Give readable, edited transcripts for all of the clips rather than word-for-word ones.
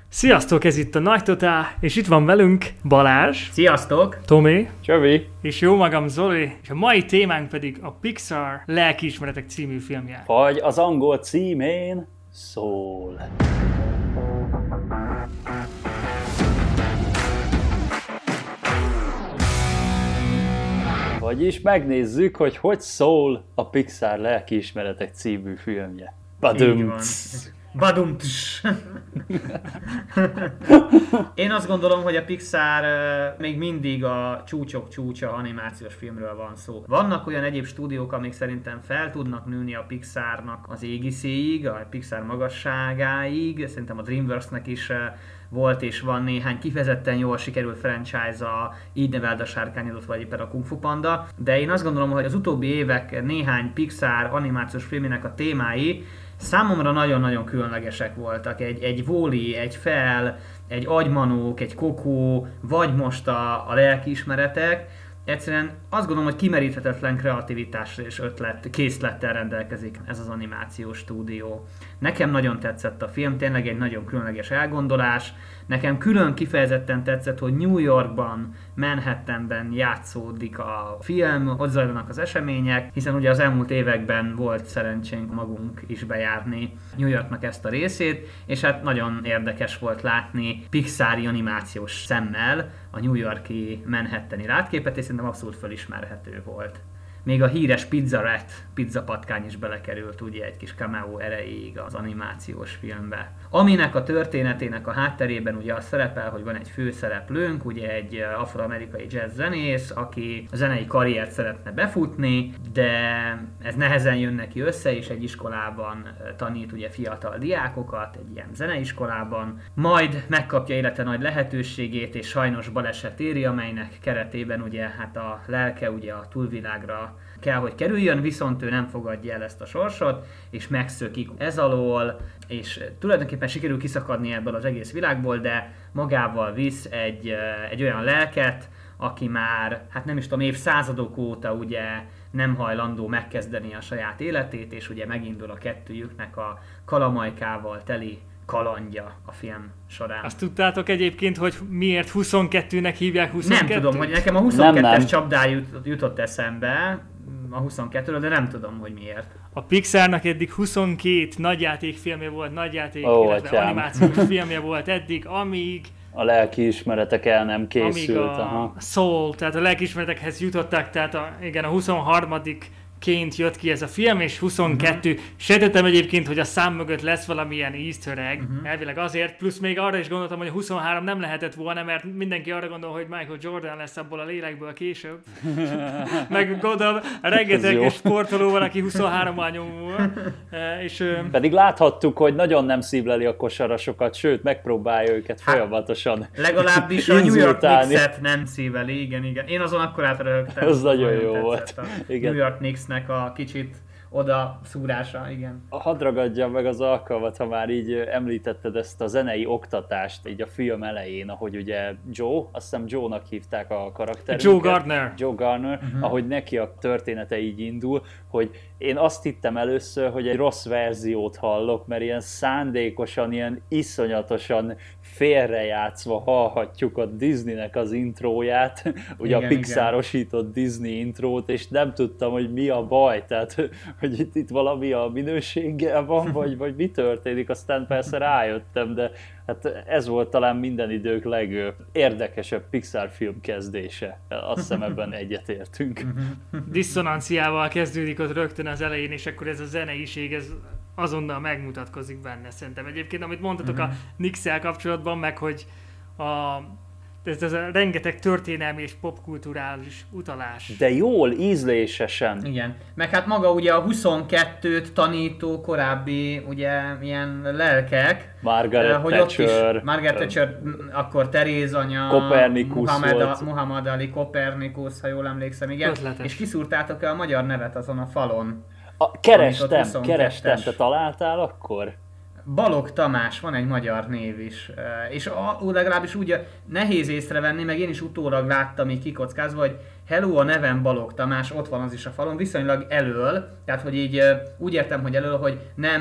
Sziasztok, ez itt a Nagy Totál, és itt van velünk Balázs. Sziasztok! Tomi. Csövi. És jó magam Zoli. És a mai témánk pedig a Pixar Lelkiismeretek című filmje. Vagy az angol címén Soul. Vagyis megnézzük, hogy szól a Pixar Lelkiismeretek című filmje. Badumts. Én azt gondolom, hogy a Pixar még mindig a csúcsok csúcsa animációs filmről van szó. Vannak olyan egyéb stúdiók, amik szerintem fel tudnak nőni a Pixarnak az égiszéig, a Pixar magasságáig. Szerintem a DreamWorksnek is volt és van néhány kifejezetten jól sikerült franchise-a, Így neveld a sárkányodot, vagy éppen a Kung Fu Panda. De én azt gondolom, hogy az utóbbi évek néhány Pixar animációs filmének a témái számomra nagyon-nagyon különlegesek voltak. Egy Wall-E, egy Fel, egy Agymanók, egy Coco, vagy most a Lelkiismeretek. Egyszerűen azt gondolom, hogy kimeríthetetlen kreativitásra és készlettel rendelkezik ez az animációs stúdió. Nekem nagyon tetszett a film, tényleg egy nagyon különleges elgondolás. Nekem külön kifejezetten tetszett, hogy New Yorkban, Manhattanben játszódik a film, ott zajlanak az események, hiszen ugye az elmúlt években volt szerencsénk magunk is bejárni New Yorknak ezt a részét, és hát nagyon érdekes volt látni Pixar-i animációs szemmel a New York-i Manhattani látképet, és szerintem abszolút felismerhető volt. Még a híres Pizza Rat, pizzapatkány is belekerült ugye egy kis cameo erejéig az animációs filmbe. Aminek a történetének a hátterében ugye az szerepel, hogy van egy főszereplőnk, ugye egy afroamerikai jazzzenész, aki a zenei karriert szeretne befutni, de ez nehezen jön neki össze, és egy iskolában tanít ugye fiatal diákokat, egy ilyen zeneiskolában, majd megkapja élete nagy lehetőségét, és sajnos baleset éri, amelynek keretében ugye hát a lelke ugye a túlvilágra kell, hogy kerüljön, viszont ő nem fogadja el ezt a sorsot, és megszökik ez alól, és tulajdonképpen sikerül kiszakadni ebből az egész világból, de magával visz egy olyan lelket, aki már, hát nem is tudom, évszázadok óta ugye nem hajlandó megkezdeni a saját életét, és ugye megindul a kettőjüknek a kalamajkával teli kalandja a film során. Azt tudtátok egyébként, hogy miért 22-nek hívják 22-t? Nem tudom, hogy nekem a 22-es csapdája jutott eszembe a 22-ről, de nem tudom, hogy miért. A Pixarnak eddig 22 nagyjátékfilmje volt, illetve animációs filmje volt eddig, amíg a lelkiismeretek el nem készült. Amíg a Soul, tehát a lelkiismeretekhez jutottak, tehát a 23. ként jött ki ez a film, és 22. Sejtettem egyébként, hogy a szám mögött lesz valamilyen easter egg, elvileg azért, plusz még arra is gondoltam, hogy a 23 nem lehetett volna, mert mindenki arra gondol, hogy Michael Jordan lesz abból a lélekből később. Meg gondolom, rengeteg sportoló van, aki 23-mal nyomul. Pedig láthattuk, hogy nagyon nem szívleli a kosarasokat, sőt, megpróbálja őket folyamatosan legalábbis a New York Knicks-et nem szíveli, igen. Én azon akkor átröhögtem. Ez nagyon jó volt. New York Knicksnek a kicsit oda szúrása, igen. Hadd ragadjam meg az alkalmat, ha már így említetted ezt a zenei oktatást így a film elején, ahogy ugye Joe, azt hiszem Joe-nak hívták a karakterünket. Joe Garner, ahogy neki a története így indul, hogy én azt hittem először, hogy egy rossz verziót hallok, mert ilyen szándékosan, ilyen iszonyatosan félrejátszva hallhatjuk a Disneynek az intróját, ugye a Pixarosított Disney intrót, és nem tudtam, hogy mi a baj, tehát hogy itt valami a minőséggel van, vagy mi történik, aztán persze rájöttem, de hát ez volt talán minden idők legérdekesebb Pixar film kezdése. Azt hiszem ebben egyetértünk. Diszonanciával kezdődik ott rögtön az elején, és akkor ez a zeneiség, ez azonnal megmutatkozik benne szerintem. Egyébként, amit mondtatok a Knicks-el kapcsolatban, meg hogy ez a rengeteg történelmi és popkulturális utalás. De jól, ízlésesen. Igen. Meg hát maga ugye a 22-t tanító korábbi ugye ilyen lelkek. Margaret Thatcher, akkor Teréz anya, Muhammad Ali, Kopernikus, ha jól emlékszem, igen. Ötletes. És kiszúrtátok-e a magyar nevet azon a falon? Kerestem, te találtál akkor? Balogh Tamás, van egy magyar név is, és legalábbis úgy nehéz észrevenni, meg én is utólag láttam így kikockázva, hogy hello, a nevem Balogh Tamás, ott van az is a falon, viszonylag elől, tehát hogy így úgy értem, hogy elől, hogy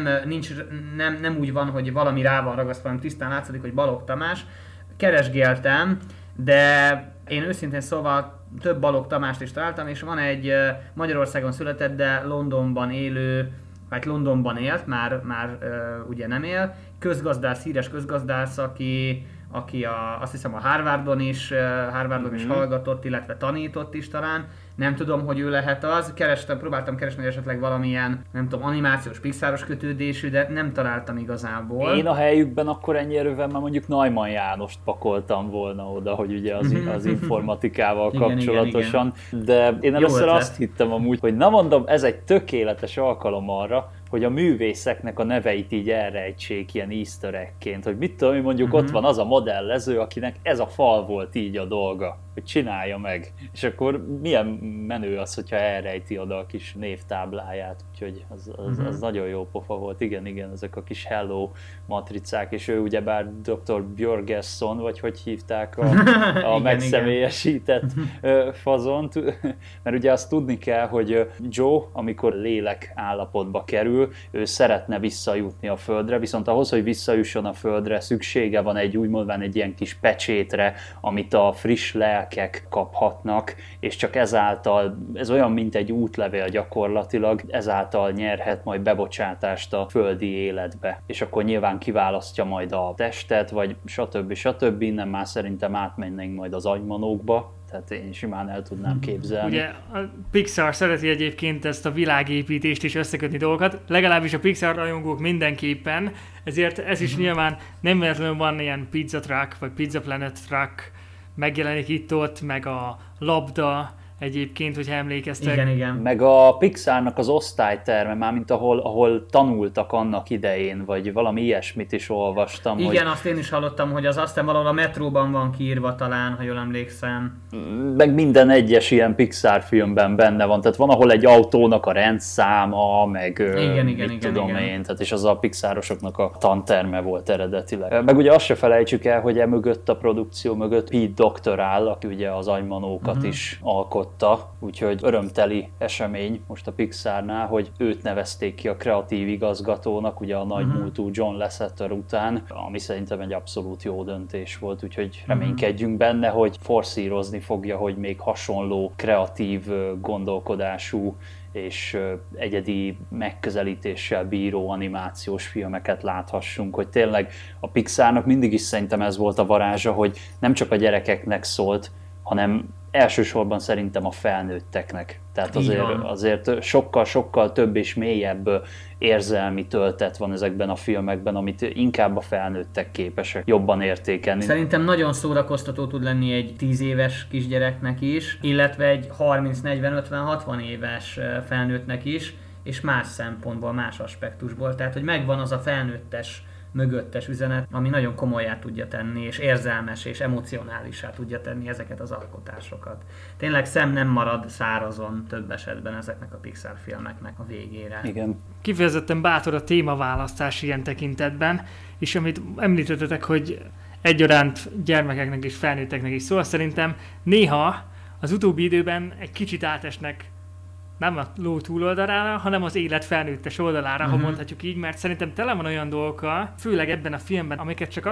nem úgy van, hogy valami rá van ragasztva, hanem tisztán látszik, hogy Balogh Tamás. Keresgéltem, de én őszintén szóval több Balogh Tamást is találtam, és van egy Magyarországon született, de Londonban élő, hát Londonban élt, már ugye nem él, közgazdász, híres közgazdász, aki azt hiszem a Harvardon is hallgatott, illetve tanított is talán. Nem tudom, hogy ő lehet az. Próbáltam keresni, hogy esetleg valamilyen, nem tudom, animációs, pixáros kötődésű, de nem találtam igazából. Én a helyükben akkor ennyi erővel már mondjuk Neumann Jánost pakoltam volna oda, hogy ugye az informatikával kapcsolatosan. Igen. De én először azt hittem amúgy, hogy na mondom, ez egy tökéletes alkalom arra, hogy a művészeknek a neveit így elrejtsék ilyen easter egg-ként, hogy mit tudom, mondjuk ott van az a modellező, akinek ez a fal volt így a dolga, hogy csinálja meg. És akkor milyen menő az, hogyha elrejti oda a kis névtábláját, úgyhogy az nagyon jó pofa volt. Igen, ezek a kis Hello matricák, és ő ugyebár Dr. Björgesson, vagy hogy hívták a megszemélyesített fazont, mert ugye azt tudni kell, hogy Joe, amikor lélek állapotba kerül, ő szeretne visszajutni a Földre, viszont ahhoz, hogy visszajusson a Földre, szüksége van egy egy ilyen kis pecsétre, amit a friss lelkek kaphatnak, és csak ezáltal, ez olyan, mint egy útlevél gyakorlatilag, ezáltal nyerhet majd bebocsátást a földi életbe. És akkor nyilván kiválasztja majd a testet, vagy stb. Innen már szerintem átmennénk majd az agymanókba. Tehát én simán el tudnám képzelni. Ugye a Pixar szereti egyébként ezt a világépítést is összekötni dolgokat, legalábbis a Pixar rajongók mindenképpen, ezért ez is nyilván nem véletlenül van ilyen Pizza Truck, vagy Pizza Planet Truck megjelenik itt-ott, meg a labda egyébként, hogyha emlékeztek. Igen. Meg a Pixarnak az osztályterme, mármint ahol tanultak annak idején, vagy valami ilyesmit is olvastam. Igen, azt én is hallottam, hogy az aztán valahol a metróban van kiírva talán, ha jól emlékszem. Meg minden egyes ilyen Pixar filmben benne van, tehát van, ahol egy autónak a rendszáma, meg igen, tudom én, tehát és az a Pixarosoknak a tanterme volt eredetileg. Meg ugye azt se felejtsük el, hogy emögött a produkció mögött Pete Docter áll, aki ugye az agymanókat is alkot. Úgyhogy örömteli esemény most a Pixarnál, hogy őt nevezték ki a kreatív igazgatónak, ugye a nagymúltú John Lasseter után, ami szerintem egy abszolút jó döntés volt, úgyhogy reménykedjünk benne, hogy forszírozni fogja, hogy még hasonló kreatív gondolkodású és egyedi megközelítéssel bíró animációs filmeket láthassunk, hogy tényleg a Pixarnak mindig is szerintem ez volt a varázsa, hogy nem csak a gyerekeknek szólt, hanem elsősorban szerintem a felnőtteknek. Tehát azért sokkal több és mélyebb érzelmi töltet van ezekben a filmekben, amit inkább a felnőttek képesek jobban értékelni. Szerintem nagyon szórakoztató tud lenni egy 10 éves kisgyereknek is, illetve egy 30-40-50-60 éves felnőttnek is, és más szempontból, más aspektusból. Tehát, hogy megvan az a felnőttes mögöttes üzenet, ami nagyon komolyá tudja tenni, és érzelmes és emocionálissá tudja tenni ezeket az alkotásokat. Tényleg szem nem marad szárazon több esetben ezeknek a Pixar filmeknek a végére. Igen. Kifejezetten bátor a témaválasztás ilyen tekintetben, és amit említettetek, hogy egyaránt gyermekeknek és felnőtteknek is szól, szerintem néha az utóbbi időben egy kicsit átesnek nem a ló túloldalára, hanem az élet felnőttes oldalára, ha mondhatjuk így, mert szerintem tele van olyan dolgokkal, főleg ebben a filmben, amiket csak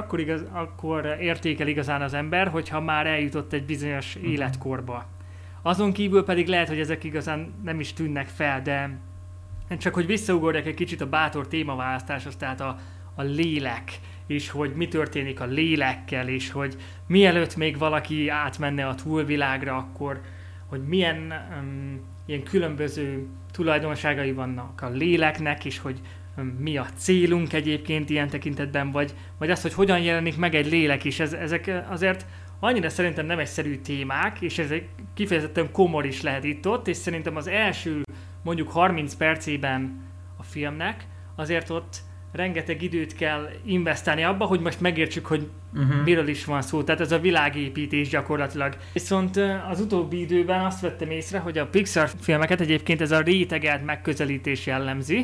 akkor értékel igazán az ember, hogyha már eljutott egy bizonyos életkorba. Azon kívül pedig lehet, hogy ezek igazán nem is tűnnek fel, de csak hogy visszaugorjak egy kicsit a bátor témaválasztáshoz, tehát a lélek, és hogy mi történik a lélekkel, és hogy mielőtt még valaki átmenne a túlvilágra, akkor hogy milyen ilyen különböző tulajdonságai vannak a léleknek, és hogy mi a célunk egyébként ilyen tekintetben, vagy az, hogy hogyan jelenik meg egy lélek is. Ezek azért annyira szerintem nem egyszerű témák, és ez kifejezetten komor is lehet itt-ott, és szerintem az első mondjuk 30 percében a filmnek azért ott rengeteg időt kell investálni abba, hogy most megértsük, hogy miről is van szó. Tehát ez a világépítés gyakorlatilag. Viszont az utóbbi időben azt vettem észre, hogy a Pixar filmeket egyébként ez a rétegelt megközelítés jellemzi.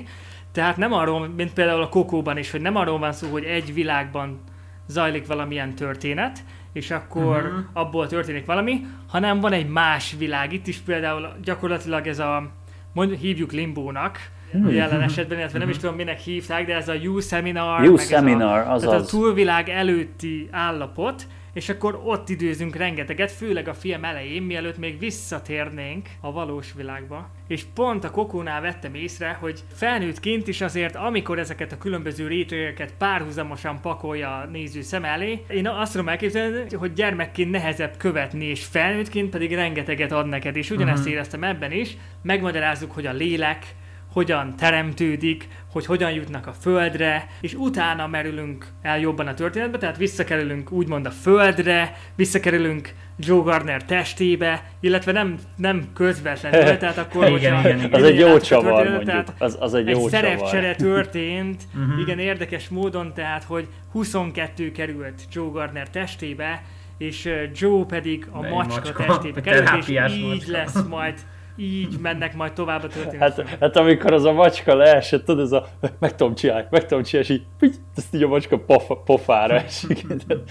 Tehát nem arról, mint például a Coco-ban is, hogy nem arról van szó, hogy egy világban zajlik valamilyen történet, és akkor abból történik valami, hanem van egy más világ. Itt is például gyakorlatilag ez hívjuk Limbónak, jelen esetben, illetve nem is tudom minek hívták, de ez a U-Seminar, azaz. Tehát a túlvilág előtti állapot, és akkor ott időzünk rengeteget, főleg a film elején, mielőtt még visszatérnénk a valós világba. És pont a Coco-nál vettem észre, hogy felnőttként is azért, amikor ezeket a különböző rétegeket párhuzamosan pakolja a néző szem elé, én azt tudom elképzelni, hogy gyermekként nehezebb követni, és felnőttként pedig rengeteget ad neked, és ugyanezt éreztem ebben is. Megmagyarázzuk, hogy a lélek hogyan teremtődik, hogy hogyan jutnak a földre, és utána merülünk el jobban a történetbe, tehát visszakerülünk úgymond a földre, visszakerülünk Joe Gardner testébe, illetve nem közvetlenül, tehát akkor, igen. Az egy jó csavar, mondjuk. Az egy jó szerepcsere történt, igen, érdekes módon, tehát, hogy 22 került Joe Gardner testébe, és Joe pedig a macska testébe került, és így lesz majd. Így mennek majd tovább a történet. Hát amikor az a macska leesett, tudod, ez a meg tudom csinálni, és így, ezt így a macska pofára esik.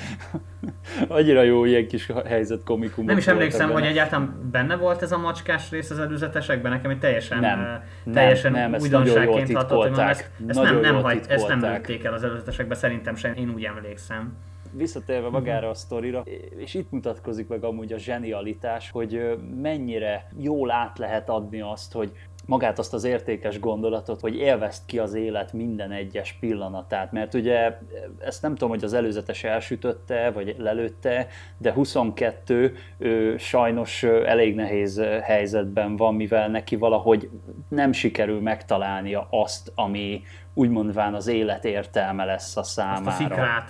Annyira jó ilyen kis helyzet komikumok. Nem is emlékszem, hogy egyáltalán benne volt ez a macskás rész az előzetesekben, nekem egy teljesen újdonságként hatott, ezt nem lőtték el az előzetesekben, szerintem sem, én úgy emlékszem. Visszatérve magára a sztorira, és itt mutatkozik meg amúgy a zsenialitás, hogy mennyire jól át lehet adni azt, hogy magát azt az értékes gondolatot, hogy élvezd ki az élet minden egyes pillanatát, mert ugye ezt nem tudom, hogy az előzetes elsütötte, vagy lelőtte, de 22 sajnos elég nehéz helyzetben van, mivel neki valahogy nem sikerül megtalálnia azt, ami úgymondván az élet értelme lesz a számára.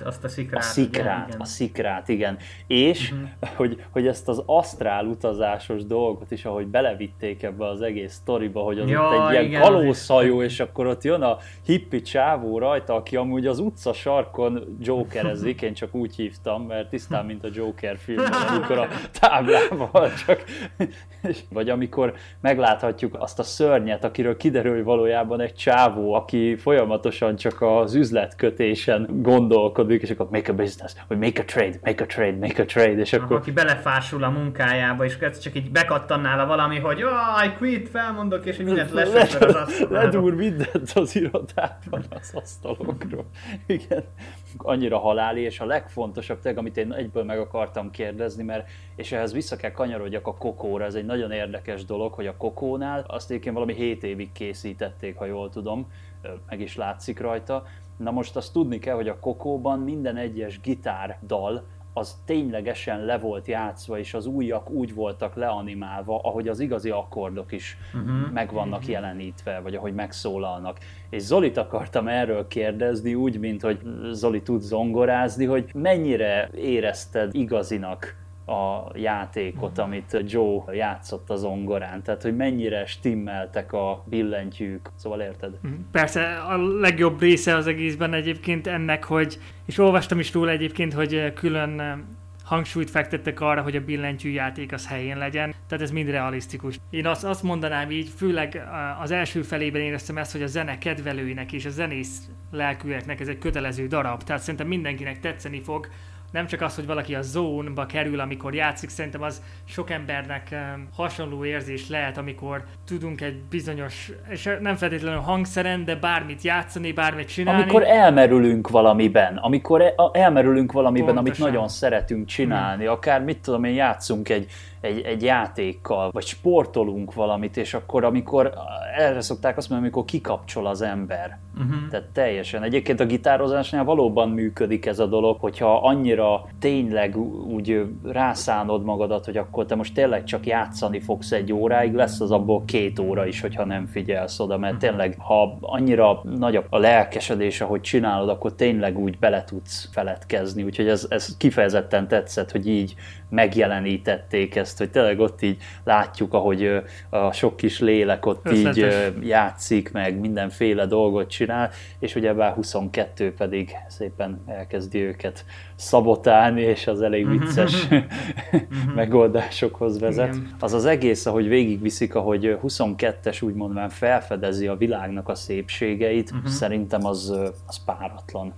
A szikrát, igen. És hogy ezt az asztrál utazásos dolgot is, ahogy belevitték ebbe az egész sztoriba, hogy az ott egy ilyen kalózhajó, és akkor ott jön a hippi csávó rajta, aki amúgy az utca sarkon jokerezik, én csak úgy hívtam, mert tisztán, mint a Joker filmben, amikor a táblával csak... Vagy amikor megláthatjuk azt a szörnyet, akiről kiderül, hogy valójában egy csávó, aki folyamatosan csak az üzletkötésen gondolkodik, és akkor make a business, vagy make a trade, és akkor... Aki belefásul a munkájába, és csak így bekattan nála valami, hogy I quit, felmondok, és mindent lesöpör az asztalról. Ledúr mindent az irodában az asztalokról. Igen. Annyira haláli, és a legfontosabb tényleg, amit én egyből meg akartam kérdezni, és ehhez vissza kell kanyarodjak a Coco-ra, ez egy nagyon érdekes dolog, hogy a Coco-nál azt egyébként valami 7 évig készítették, ha jól tudom, meg is látszik rajta. Na most azt tudni kell, hogy a Coco-ban minden egyes gitárdal az ténylegesen le volt játszva, és az ujjak úgy voltak leanimálva, ahogy az igazi akkordok is meg vannak jelenítve, vagy ahogy megszólalnak. És Zolit akartam erről kérdezni, úgy, mint hogy Zoli tud zongorázni, hogy mennyire érezted igazinak a játékot, amit Joe játszott a zongorán, tehát hogy mennyire stimmeltek a billentyűk, szóval érted? Persze, a legjobb része az egészben egyébként ennek, és olvastam is róla egyébként, hogy külön hangsúlyt fektettek arra, hogy a billentyűjáték az helyén legyen, tehát ez mind realisztikus. Én azt mondanám így, főleg az első felében éreztem ezt, hogy a zene kedvelőinek és a zenész lelkűeknek ez egy kötelező darab, tehát szerintem mindenkinek tetszeni fog. Nem csak az, hogy valaki a zone-ba kerül, amikor játszik, szerintem az sok embernek hasonló érzés lehet, amikor tudunk egy bizonyos, és nem feltétlenül hangszeren, de bármit játszani, bármit csinálni. Amikor elmerülünk valamiben, amit nagyon szeretünk csinálni, akár mit tudom én, játszunk egy játékkal, vagy sportolunk valamit, és akkor amikor, erre szokták azt mondani, amikor kikapcsol az ember. Tehát teljesen. Egyébként a gitározásnál valóban működik ez a dolog, hogyha annyira tényleg úgy rászánod magadat, hogy akkor te most tényleg csak játszani fogsz 1 óráig, lesz az abból 2 óra is, hogyha nem figyelsz oda, mert tényleg, ha annyira nagy a lelkesedés, ahogy csinálod, akkor tényleg úgy bele tudsz feledkezni, úgyhogy ez kifejezetten tetszett, hogy így megjelenítették ezt, hogy tényleg ott így látjuk, ahogy a sok kis lélek ott így játszik, meg mindenféle dolgot csinál, és ugye bár 22 pedig szépen elkezdi őket szabotálni, szabotálni, és az elég vicces megoldásokhoz vezet. Igen. Az az egész, ahogy végigviszik, ahogy 22-es úgymond felfedezi a világnak a szépségeit, szerintem az páratlan.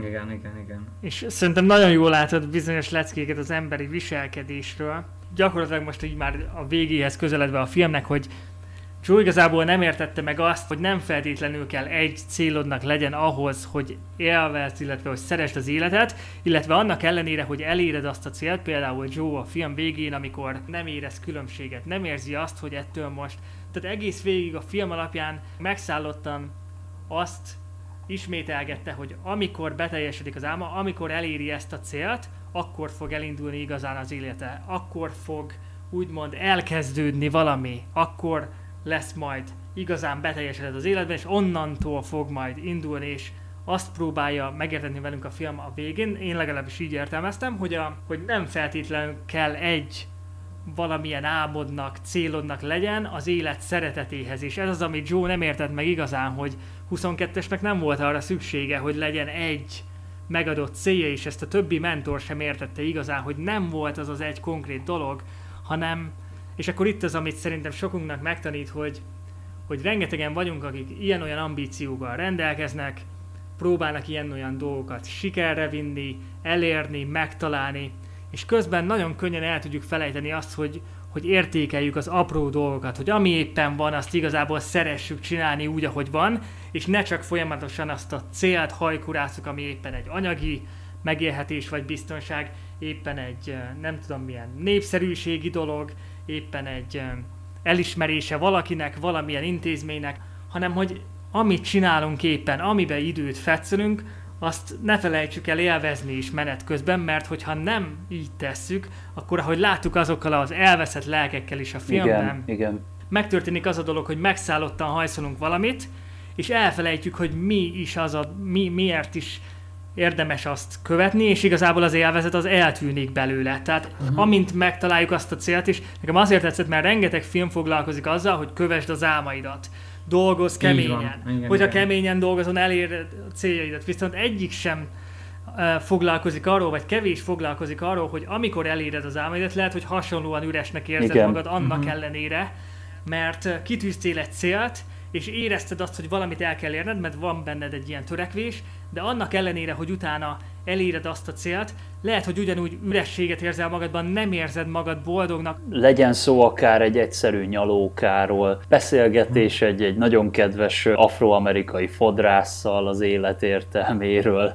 Igen. És szerintem nagyon jól látod bizonyos leckéket az emberi viselkedésről. Gyakorlatilag most így már a végéhez közeledve a filmnek, hogy Joe igazából nem értette meg azt, hogy nem feltétlenül kell egy célodnak legyen ahhoz, hogy élvezd, illetve hogy szeresd az életet, illetve annak ellenére, hogy eléred azt a célt, például Joe a film végén, amikor nem érez különbséget, nem érzi azt, hogy ettől most. Tehát egész végig a film alapján megszállottan azt ismételgette, hogy amikor beteljesedik az álma, amikor eléri ezt a célt, akkor fog elindulni igazán az élete, akkor fog úgymond elkezdődni valami, akkor lesz majd igazán beteljesedett az életben, és onnantól fog majd indulni, és azt próbálja megértetni velünk a film a végén. Én legalábbis így értelmeztem, hogy nem feltétlenül kell egy valamilyen álmodnak, célodnak legyen az élet szeretetéhez, és ez az, amit Joe nem értett meg igazán, hogy 22-esnek nem volt arra szüksége, hogy legyen egy megadott célja, és ezt a többi mentor sem értette igazán, hogy nem volt az egy konkrét dolog, hanem, és akkor itt az, amit szerintem sokunknak megtanít, hogy rengetegen vagyunk, akik ilyen-olyan ambíciókkal rendelkeznek, próbálnak ilyen-olyan dolgokat sikerre vinni, elérni, megtalálni, és közben nagyon könnyen el tudjuk felejteni azt, hogy értékeljük az apró dolgokat, hogy ami éppen van, azt igazából szeressük csinálni úgy, ahogy van, és ne csak folyamatosan azt a célt hajkurászuk, ami éppen egy anyagi megélhetés vagy biztonság, éppen egy nem tudom milyen népszerűségi dolog, éppen egy elismerése valakinek, valamilyen intézménynek, hanem hogy amit csinálunk éppen, amiben időt fetszelünk, azt ne felejtsük el élvezni is menet közben, mert hogyha nem így tesszük, akkor ahogy láttuk azokkal az elveszett lelkekkel is a filmben, igen. Megtörténik az a dolog, hogy megszállottan hajszolunk valamit, és elfelejtjük, hogy miért is érdemes azt követni, és igazából az élvezet az eltűnik belőle. Tehát amint megtaláljuk azt a célt, és nekem azért tetszett, mert rengeteg film foglalkozik azzal, hogy kövesd az álmaidat. Dolgozz keményen. Hogyha keményen dolgozol, eléred a céljaidat. Viszont egyik sem foglalkozik arról, vagy kevés foglalkozik arról, hogy amikor eléred az álmaidat, lehet, hogy hasonlóan üresnek érzed magad annak ellenére, mert kitűztél egy célt, és érezted azt, hogy valamit el kell érned, mert van benned egy ilyen törekvés, de annak ellenére, hogy utána eléred azt a célt, lehet, hogy ugyanúgy ürességet érzel magadban, nem érzed magad boldognak. Legyen szó akár egy egyszerű nyalókáról, beszélgetés egy nagyon kedves afroamerikai fodrásszal az élet értelméről,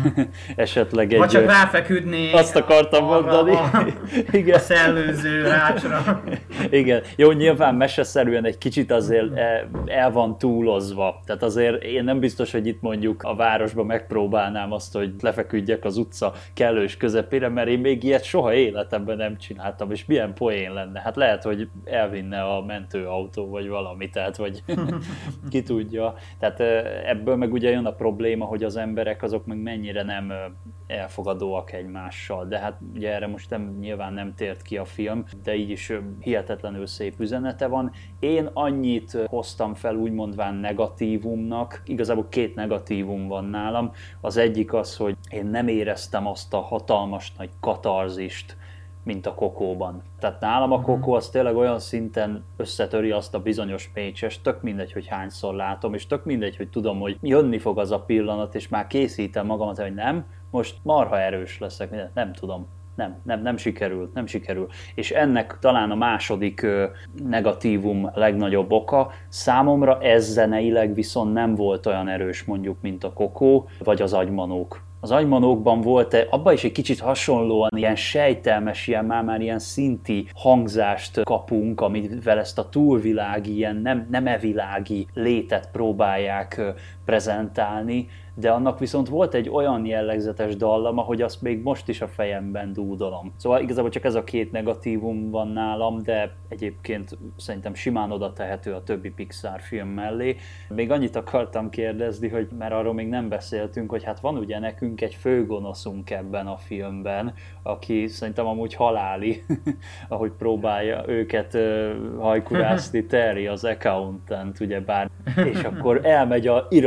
esetleg egy... Vagy csak ráfeküdni. Azt akartam mondani. Igen. A szellőző rácsra. Igen. Jó, nyilván meseszerűen egy kicsit azért el van túlozva. Tehát azért én nem biztos, hogy itt mondjuk a városban megpróbálnám azt, hogy lefeküdjek az utca kellős közepére, mert én még ilyet soha életemben nem csináltam, és milyen poén lenne. Hát lehet, hogy elvinne a mentőautó, vagy valami, tehát vagy ki tudja. Tehát ebből meg ugye jön a probléma, hogy az emberek azok meg mennyire nem elfogadóak egymással, de hát ugye erre most nyilván nem tért ki a film, de így is hihetetlenül szép üzenete van. Én annyit hoztam fel úgymondván negatívumnak, igazából 2 negatívum van nálam. Az egyik az, hogy én nem éreztem azt a hatalmas nagy katarzist, mint a Kokóban. Tehát nálam a Kokó az tényleg olyan szinten összetöri azt a bizonyos pécsest, tök mindegy, hogy hányszor látom, és tök mindegy, hogy tudom, hogy jönni fog az a pillanat, és már készítem magamat, hogy nem, most marha erős leszek, nem tudom. Nem sikerül. És ennek talán a második negatívum legnagyobb oka. Számomra ez zeneileg viszont nem volt olyan erős mondjuk, mint a Kokó, vagy az Agymanók. Az Agymanókban volt abban is egy kicsit hasonlóan ilyen sejtelmes, már ilyen szinti hangzást kapunk, amivel ezt a túlvilági, ilyen nem evilági létet próbálják prezentálni, de annak viszont volt egy olyan jellegzetes dallama, hogy azt még most is a fejemben dúdolom. Szóval igazából csak ez a 2 negatívum van nálam, de egyébként szerintem simán oda tehető a többi Pixar film mellé. Még annyit akartam kérdezni, hogy mert arról még nem beszéltünk, hogy hát van ugye nekünk egy főgonoszunk ebben a filmben, aki szerintem amúgy haláli, ahogy próbálja őket hajkurászni, Terry az accountant, ugyebár. És akkor elmegy a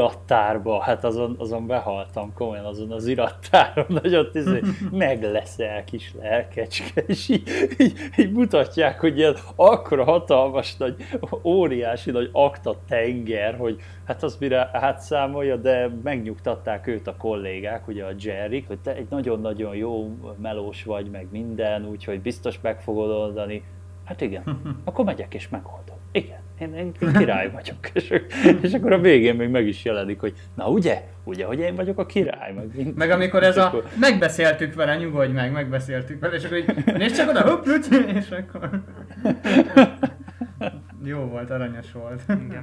irattárba, hát azon behaltam komolyan, azon az irattáron, hogy ott meg leszel kis lelkecske, és így mutatják, hogy ilyen akkora hatalmas nagy, óriási nagy akta tenger, hogy hát az mire átszámolja, de megnyugtatták őt a kollégák, ugye a Jerry, hogy te egy nagyon-nagyon jó melós vagy, meg minden, úgyhogy biztos meg fogod oldani. Hát igen, akkor megyek és megoldom. Igen, én király vagyok. És akkor a végén még meg is jelenik, hogy na ugye, hogy én vagyok a király. Meg amikor ez a megbeszéltük vele, nyugodj meg, megbeszéltük vele, és akkor így nézd csak oda, hopp, és akkor... Jó volt, aranyos volt. Igen.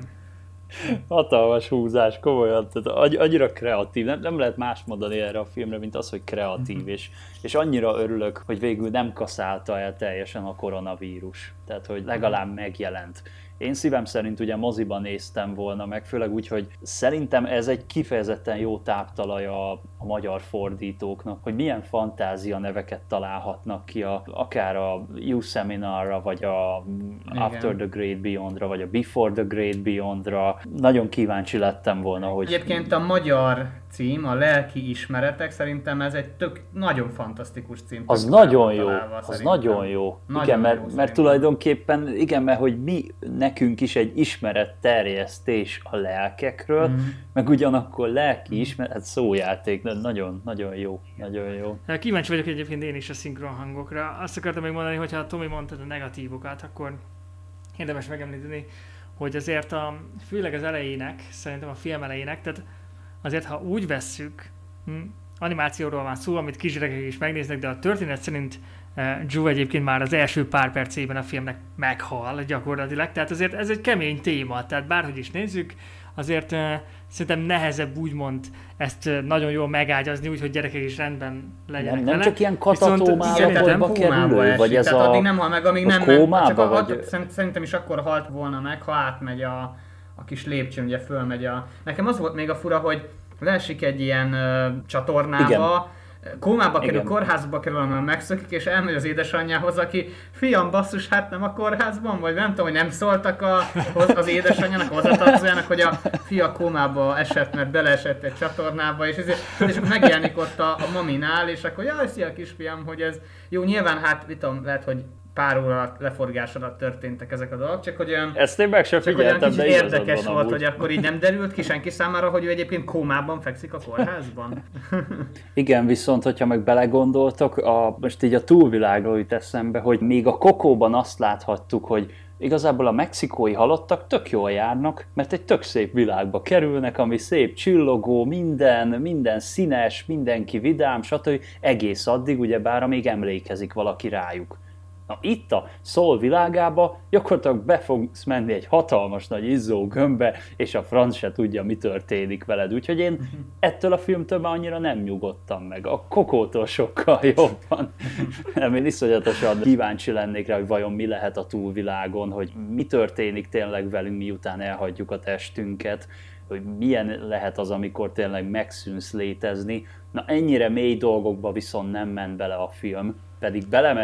Hatalmas húzás, komolyan, tehát annyira kreatív, nem lehet más mondani erre a filmre, mint az, hogy kreatív, és annyira örülök, hogy végül nem kaszálta el teljesen a koronavírus, tehát hogy legalább megjelent. Én szívem szerint ugye moziban néztem volna meg, főleg úgy, hogy szerintem ez egy kifejezetten jó táptalaj a magyar fordítóknak, hogy milyen fantázia neveket találhatnak ki, akár a You Seminarra, vagy a After the Great Beyondra, vagy a Before the Great Beyondra. Nagyon kíváncsi lettem volna, hogy... Egyébként a magyar cím, a Lelki Ismeretek, szerintem ez egy nagyon fantasztikus cím. Az nagyon jó, az nagyon jó. Igen, mert tulajdonképpen, igen, mert hogy mi nekünk is egy ismeretterjesztés a lelkekről, meg ugyanakkor lelki ismeret, hát szójáték, nagyon, nagyon jó, nagyon jó. Kíváncsi vagyok egyébként én is a szinkron hangokra. Azt akartam még mondani, hogyha Tomi mondtad a negatívokat, akkor érdemes megemlíteni, hogy azért főleg az elejének, szerintem a film elejének, tehát azért, ha úgy vesszük, animációról van szó, amit kisgyerekek is megnéznek, de a történet szerint Joe egyébként már az első pár percében a filmnek meghal gyakorlatilag, tehát azért ez egy kemény téma, tehát bárhogy is nézzük, azért szerintem nehezebb úgymond ezt nagyon jól megágyazni, úgyhogy gyerekek is rendben legyenek nem csak ilyen katatómába kerül, vagy ez tehát addig nem hal meg, amíg nem kómába, szerintem is akkor halt volna meg, ha átmegy a kis lépcsőn, ugye fölmegy Nekem az volt még a fura, hogy leesik egy ilyen csatornába, igen. Kómába kerül, kórházba kerül, ahol megszökik, és elmegy az édesanyjához, aki fiam, basszus, hát nem a kórházban, vagy nem tudom, hogy nem szóltak az édesanyjának, hozzátartozójának, hogy a fia kómába esett, mert beleesett egy csatornába, és akkor megjelenik ott a maminál, és akkor jaj, szia kisfiam, hogy ez jó, nyilván hát, tudom, lehet, hogy pár óra leforgás alatt történtek ezek a dolgok, csak hogy olyan, ezt én meg sem figyeltem, de érdekes volt, amúgy. Hogy akkor így nem derült ki senki számára, hogy ő egyébként kómában fekszik a kórházban. Igen, viszont hogyha meg belegondoltok, most így a túlvilágról jut eszembe, hogy még a Kokóban azt láthattuk, hogy igazából a mexikói halottak tök jól járnak, mert egy tök szép világba kerülnek, ami szép, csillogó, minden színes, mindenki vidám, stb. Egész addig, ugyebár amíg emlékezik valaki rájuk. Na itt a Soul világába gyakorlatilag be fogsz menni egy hatalmas nagy izzó gömbbe, és a franc se tudja, mi történik veled. Úgyhogy én ettől a filmtől már annyira nem nyugodtam meg. A Kokótól sokkal jobban. Én iszonyatosan kíváncsi lennék rá, hogy vajon mi lehet a túlvilágon, hogy mi történik tényleg velünk, miután elhagyjuk a testünket, hogy milyen lehet az, amikor tényleg megszűnsz létezni. Na ennyire mély dolgokba viszont nem ment bele a film, pedig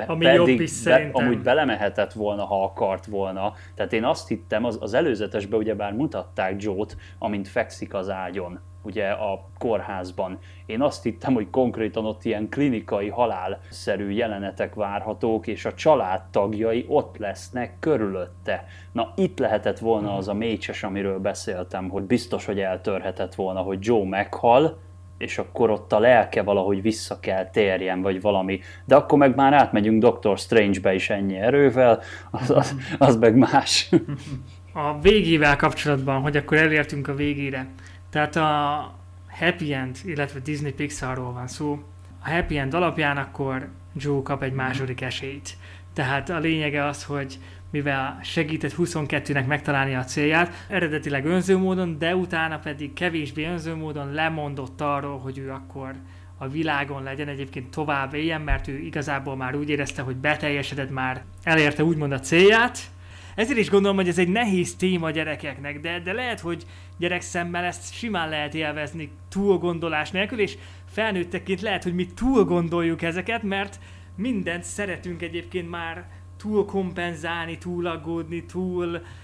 amúgy belemehetett volna, ha akart volna. Tehát én azt hittem, az előzetesben ugyebár mutatták Joe-t, amint fekszik az ágyon, ugye a kórházban. Én azt hittem, hogy konkrétan ott ilyen klinikai halálszerű jelenetek várhatók, és a családtagjai ott lesznek körülötte. Na itt lehetett volna az a mécses, amiről beszéltem, hogy biztos, hogy eltörhetett volna, hogy Joe meghal, és akkor ott a lelke valahogy vissza kell térjen, vagy valami. De akkor meg már átmegyünk Doctor Strange-be is ennyi erővel, az meg más. A végével kapcsolatban, hogy akkor elértünk a végére. Tehát a Happy End, illetve Disney Pixarról van szó. A Happy End alapján akkor Joe kap egy második esélyt. Tehát a lényege az, hogy mivel segített 22-nek megtalálni a célját, eredetileg önző módon, de utána pedig kevésbé önző módon lemondott arról, hogy ő akkor a világon legyen, egyébként tovább éljen, mert ő igazából már úgy érezte, hogy beteljesedett, már elérte úgymond a célját. Ezért is gondolom, hogy ez egy nehéz téma gyerekeknek, de lehet, hogy gyerekszemmel ezt simán lehet élvezni túlgondolás nélkül, és felnőttekként lehet, hogy mi túl gondoljuk ezeket, mert mindent szeretünk egyébként már túl kompenzálni, túl aggódni, túl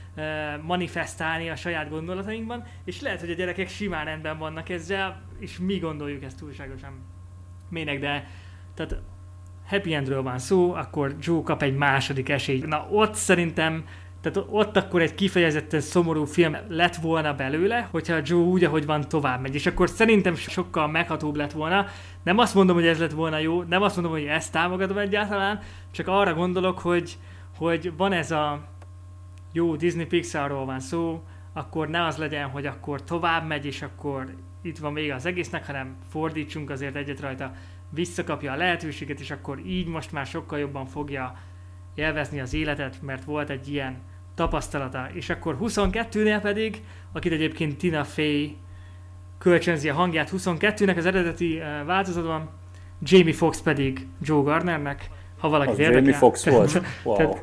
manifestálni a saját gondolatainkban, és lehet, hogy a gyerekek simán rendben vannak ezzel, és mi gondoljuk ezt túlságosan mének, de tehát happy endről van szó, akkor Joe kap egy második esélyt. Na ott szerintem, tehát ott akkor egy kifejezetten szomorú film lett volna belőle, hogyha Joe úgy, ahogy van, tovább megy. És akkor szerintem sokkal meghatóbb lett volna. Nem azt mondom, hogy ez lett volna jó, nem azt mondom, hogy ezt támogatom egyáltalán, csak arra gondolok, hogy van ez a jó Disney Pixarról van szó, akkor ne az legyen, hogy akkor tovább megy, és akkor itt van vége az egésznek, hanem fordítsunk azért egyet rajta, visszakapja a lehetőséget, és akkor így most már sokkal jobban fogja élvezni az életet, mert volt egy ilyen tapasztalata. És akkor 22-nél pedig, akit egyébként Tina Fey kölcsönzi a hangját 22-nek az eredeti változatban, Jamie Foxx pedig Joe Gardnernek, ha valaki érdekel. Jamie Foxx volt? Wow. Tehát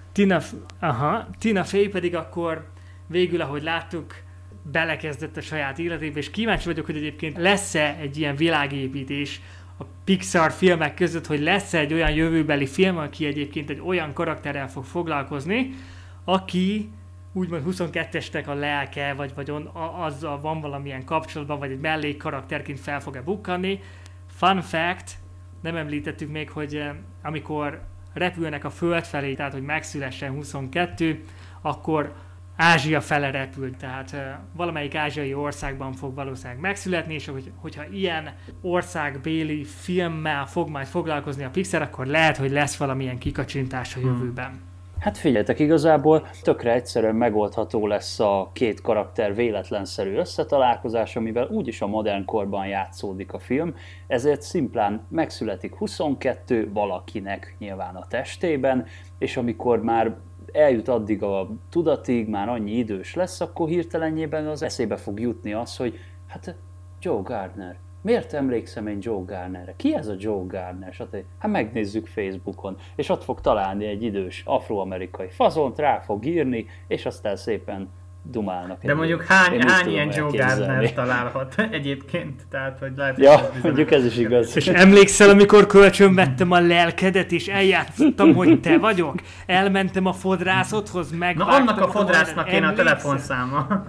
Tina Fey pedig akkor végül, ahogy láttuk, belekezdett a saját életébe, és kíváncsi vagyok, hogy egyébként lesz-e egy ilyen világépítés a Pixar filmek között, hogy lesz egy olyan jövőbeli film, aki egyébként egy olyan karakterrel fog foglalkozni, aki úgymond 22-esnek a lelke, vagy azzal van valamilyen kapcsolatban, vagy egy mellék karakterként fel fog-e bukkanni. Fun fact, nem említettük még, hogy amikor repülnek a föld felé, tehát hogy megszülessen 22, akkor Ázsia fele repül, tehát valamelyik ázsiai országban fog valószínűleg megszületni, és hogyha ilyen országbéli filmmel fog majd foglalkozni a Pixar, akkor lehet, hogy lesz valamilyen kikacsintás a jövőben. Hát figyeljetek, igazából tökre egyszerűen megoldható lesz a két karakter véletlenszerű összetalálkozás, amivel úgyis a modern korban játszódik a film, ezért szimplán megszületik 22 valakinek nyilván a testében, és amikor már eljut addig a tudatig, már annyi idős lesz, akkor hirtelenjében az eszébe fog jutni az, hogy hát Joe Gardner. Miért emlékszem én Joe Gardnerre? Ki ez a Joe Gardner? Hát megnézzük Facebookon, és ott fog találni egy idős afroamerikai fazont, rá fog írni, és aztán szépen dumálnak. De mondjuk hány ilyen Joe Gardner találhat egyébként? Tehát, hogy lehet, ja, mondjuk ez is igaz. És emlékszel, amikor kölcsönvettem a lelkedet, és eljátszottam, hogy te vagyok? Elmentem a fodrászodhoz, megvágtam. Na annak a fodrásznak kéne a telefonszáma.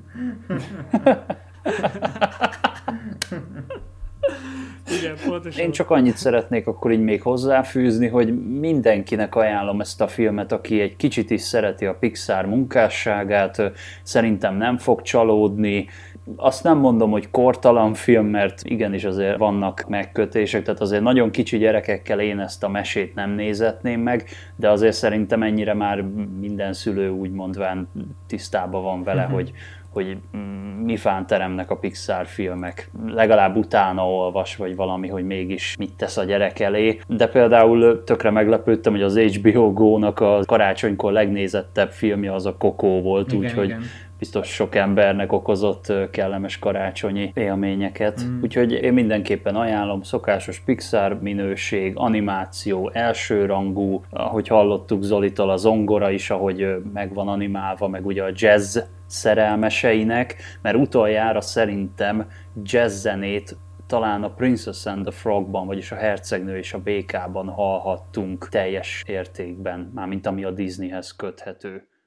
Igen, pontosan. Én csak annyit szeretnék akkor így még hozzáfűzni, hogy mindenkinek ajánlom ezt a filmet, aki egy kicsit is szereti a Pixar munkásságát, szerintem nem fog csalódni. Azt nem mondom, hogy kortalan film, mert igenis azért vannak megkötések, tehát azért nagyon kicsi gyerekekkel én ezt a mesét nem nézetném meg, de azért szerintem ennyire már minden szülő úgy mondván tisztában van vele, hogy mi fán teremnek a Pixar filmek. Legalább utána olvas, vagy valami, hogy mégis mit tesz a gyerek elé. De például tökre meglepődtem, hogy az HBO Go-nak a karácsonykor legnézettebb filmje az a Coco volt, úgyhogy biztos sok embernek okozott kellemes karácsonyi élményeket. Úgyhogy én mindenképpen ajánlom, szokásos Pixar minőség, animáció, elsőrangú, ahogy hallottuk Zolitól, a zongora is, ahogy meg van animálva, meg ugye a jazz szerelmeseinek, mert utoljára szerintem jazz zenét talán a Princess and the Frogban, vagyis a Hercegnő és a Békában hallhattunk teljes értékben, mármint ami a Disneyhez köthető.